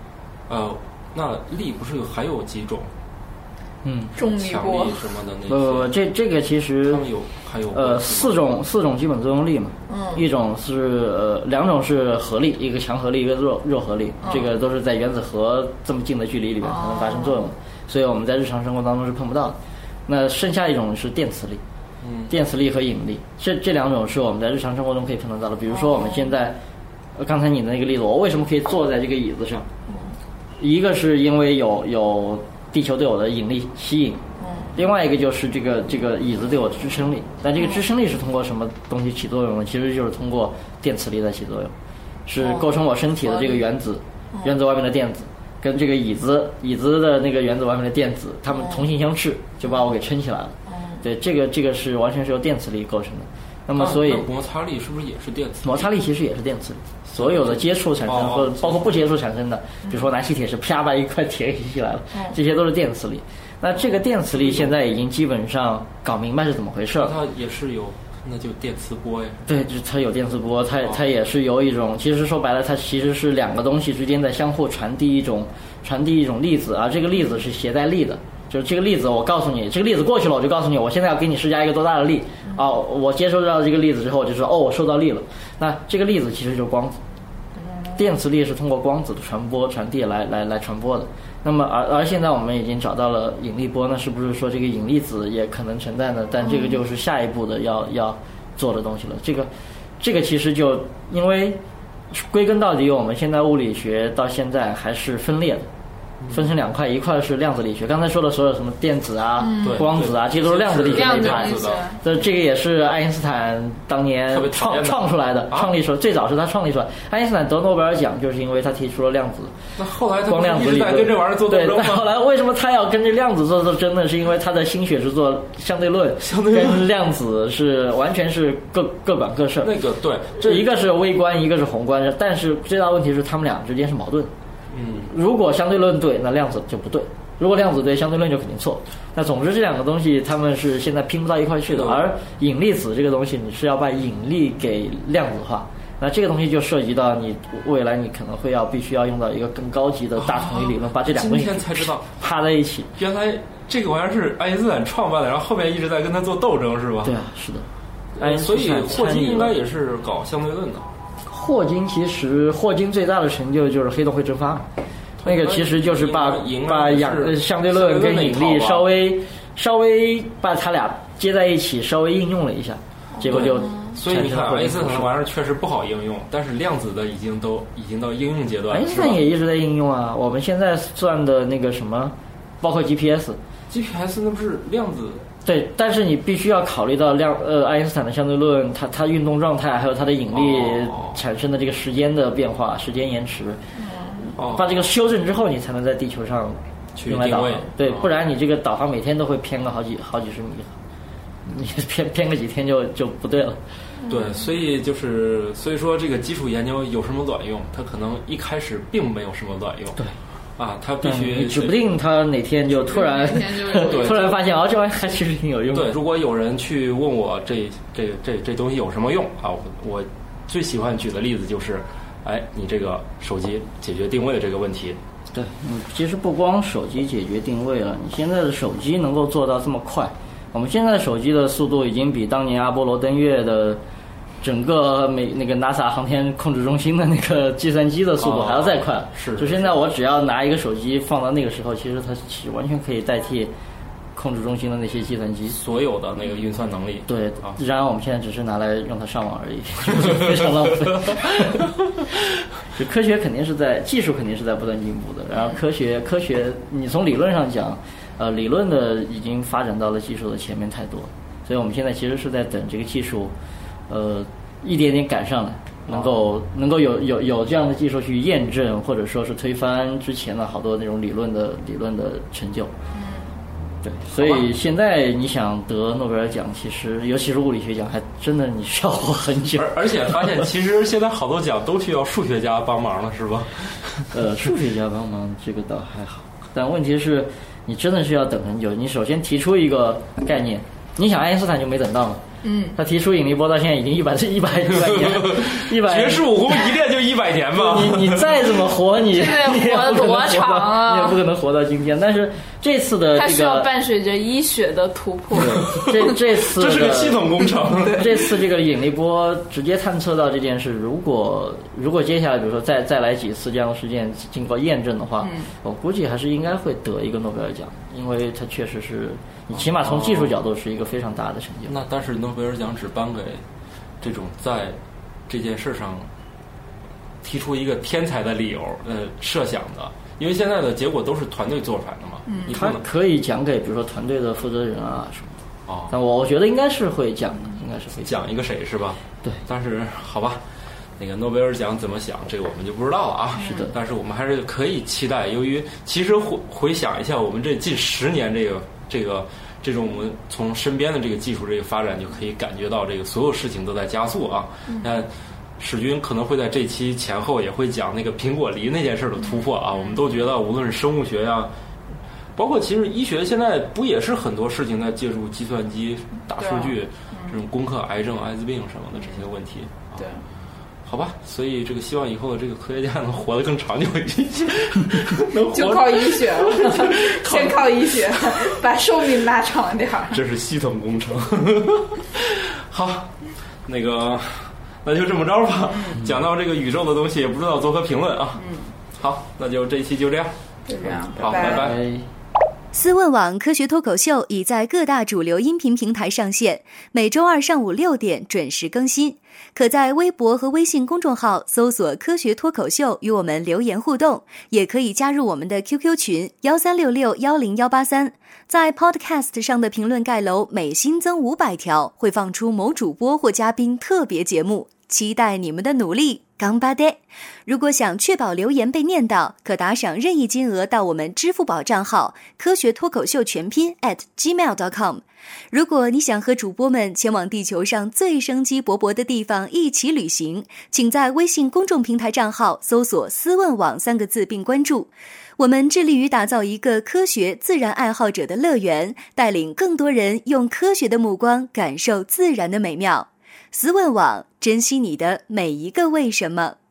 力不是还有几种？ 重力波什么的那些。这个其实还有四种基本作用力嘛。一种是两种是合力，一个强合力，一个弱合力。这个都是在原子核这么近的距离里面才能发生作用的，所以我们在日常生活当中是碰不到的。那剩下一种是电磁力。电磁力和引力，这两种是我们在日常生活中可以碰得到的。比如说我们现在，刚才你的那个例子，我为什么可以坐在这个椅子上？一个是因为有地球对我的引力吸引，另外一个就是这个椅子对我的支撑力。但这个支撑力是通过什么东西起作用呢？其实就是通过电磁力在起作用，是构成我身体的这个原子外面的电子跟这个椅子的那个原子外面的电子，它们同性相斥，就把我给撑起来了。对，这个是完全是由电磁力构成的。那么所以摩擦力是不是也是电磁力？ 摩擦力其实也是电磁力，所有的接触产生或者包括不接触产生的，比如说拿吸铁石啪把一块铁给吸起来了，这些都是电磁力。那这个电磁力现在已经基本上搞明白是怎么回事了。 它也是有，那就电磁波呀。 对，就它有电磁波，它也是有一种，其实说白了，它其实是两个东西之间在相互传递一种粒子，而这个粒子是携带力的。就是这个粒子，我告诉你，这个粒子过去了，我就告诉你，我现在要给你施加一个多大的力我接收到这个粒子之后，我就说我受到力了。那这个粒子其实就是光子，电磁力是通过光子的传递来传播的。那么而现在我们已经找到了引力波，那是不是说这个引力子也可能存在呢？但这个就是下一步的要做的东西了。这个其实就因为归根到底，我们现在物理学到现在还是分裂的。分成两块，一块是量子力学，刚才说的所有什么电子啊、光子啊，这些都是量子力学那一派。这个也是爱因斯坦当年创出来的，创立出来，最早是他创立出来。爱因斯坦得诺贝尔奖就是因为他提出了量子。 那后来光量子理论跟这玩意儿做斗争对，后来为什么他要跟这量子做斗争呢？是因为他的心血是做相对论，跟量子是完全是各管各事。 那个对， 这一个是微观，一个是宏观，但是最大问题是他们俩之间是矛盾。如果相对论对，那量子就不对；如果量子对，相对论就肯定错。那总之这两个东西他们是现在拼不到一块去的。而引力子这个东西，你是要把引力给量子化，那这个东西就涉及到你未来你可能会必须要用到一个更高级的大统一理论，把这两个东西今天才知道趴在一起。 原来这个玩意儿是爱因斯坦创办的，然后后面一直在跟他做斗争，是吧？ 对啊，是的。 所以霍金应该也是搞相对论的。 霍金最大的成就就是黑洞会蒸发。那个其实就是把相对论跟引力稍微把它俩接在一起，稍微应用了一下，结果就所以你看爱因斯坦的玩意儿确实不好应用，但是量子的已经到应用阶段了。 爱因斯坦也一直在应用啊，我们现在算的那个什么，包括 GPS 那不是量子？ 对，但是你必须要考虑到爱因斯坦的相对论，它运动状态还有它的引力产生的这个时间的变化、时间延迟。把这个修正之后，你才能在地球上用来导航。对，不然你这个导航每天都会偏个好几十米，你偏个几天就不对了。 对，所以说这个基础研究有什么卵用？它可能一开始并没有什么卵用。对。它必须指不定它哪天就突然发现这玩意还其实挺有用的。 对，如果有人去问我这东西有什么用我最喜欢举的例子就是。你这个手机解决定位的这个问题， 对，其实不光手机解决定位了，你现在的手机能够做到这么快，我们现在手机的速度已经比当年阿波罗登月的整个那个 NASA 航天控制中心的那个计算机的速度还要再快了。 是， 就现在我只要拿一个手机放到那个时候，其实它完全可以代替控制中心的那些计算机所有的那个运算能力。 对，然而我们现在只是拿来让它上网而已，就非常浪费。就科学技术肯定是在不断进步的，然后科学你从理论上讲，理论的已经发展到了技术的前面太多，所以我们现在其实是在等这个技术，一点点赶上来，能够有这样的技术去验证或者说是推翻之前的好多那种理论的成就。 对，所以现在你想得诺贝尔奖，其实尤其是物理学奖，还真的你需要活很久。 而且发现其实现在好多奖都需要数学家帮忙了，是吧？ 数学家帮忙这个倒还好，但问题是你真的是要等很久。你首先提出一个概念，你想爱因斯坦就没等到嘛。他提出引力波到现在已经100年， 学士武功一练就100年吧。 你再怎么活，你活多长啊？ 你也不可能活到今天。但是这次的它需要伴随着医学的突破。 这次这是个系统工程。 这次这个引力波直接探测到这件事，如果接下来比如说再来几次这样的事件经过验证的话，我估计还是应该会得一个诺贝尔奖，因为它确实是你起码从技术角度是一个非常大的成就。 那但是诺贝尔奖只颁给这种在这件事上提出一个天才的理由设想的，因为现在的结果都是团队做出来的嘛。 他可以讲给比如说团队的负责人啊什么的。但我觉得应该是会讲的，应该是会讲一个谁是吧？ 对， 但是好吧，那个诺贝尔奖怎么想，这个我们就不知道了啊。 是的， 但是我们还是可以期待。由于其实回想一下，我们这近10年这种我们从身边的这个技术这个发展，就可以感觉到这个所有事情都在加速啊。那史军可能会在这期前后也会讲那个苹果梨那件事的突破啊。我们都觉得无论是生物学呀，包括其实医学现在不也是很多事情在借助计算机、大数据这种攻克癌症、艾滋病什么的这些问题啊。 对。 好吧，所以这个希望以后的这个科学家能活得更长久一些， 就靠医学了，先靠医学把寿命拉长点儿。 这是系统工程。好，那就这么着吧。讲到这个宇宙的东西，也不知道作何评论啊。好，那就这一期就这样。 就这样， 好，拜拜。 思问网科学脱口秀已在各大主流音频平台上线，每周二上午6点准时更新。可在微博和微信公众号搜索科学脱口秀与我们留言互动，也可以加入我们的 QQ 群1366100183。在 Podcast 上的评论盖楼每新增500条，会放出某主播或嘉宾特别节目，期待你们的努力。干巴爹！如果想确保留言被念到，可打赏任意金额到我们支付宝账号科学脱口秀全拼@gmail.com。如果你想和主播们前往地球上最生机勃勃的地方一起旅行，请在微信公众平台账号搜索"思问网"3个字并关注。我们致力于打造一个科学自然爱好者的乐园，带领更多人用科学的目光感受自然的美妙。思问网，珍惜你的每一个为什么。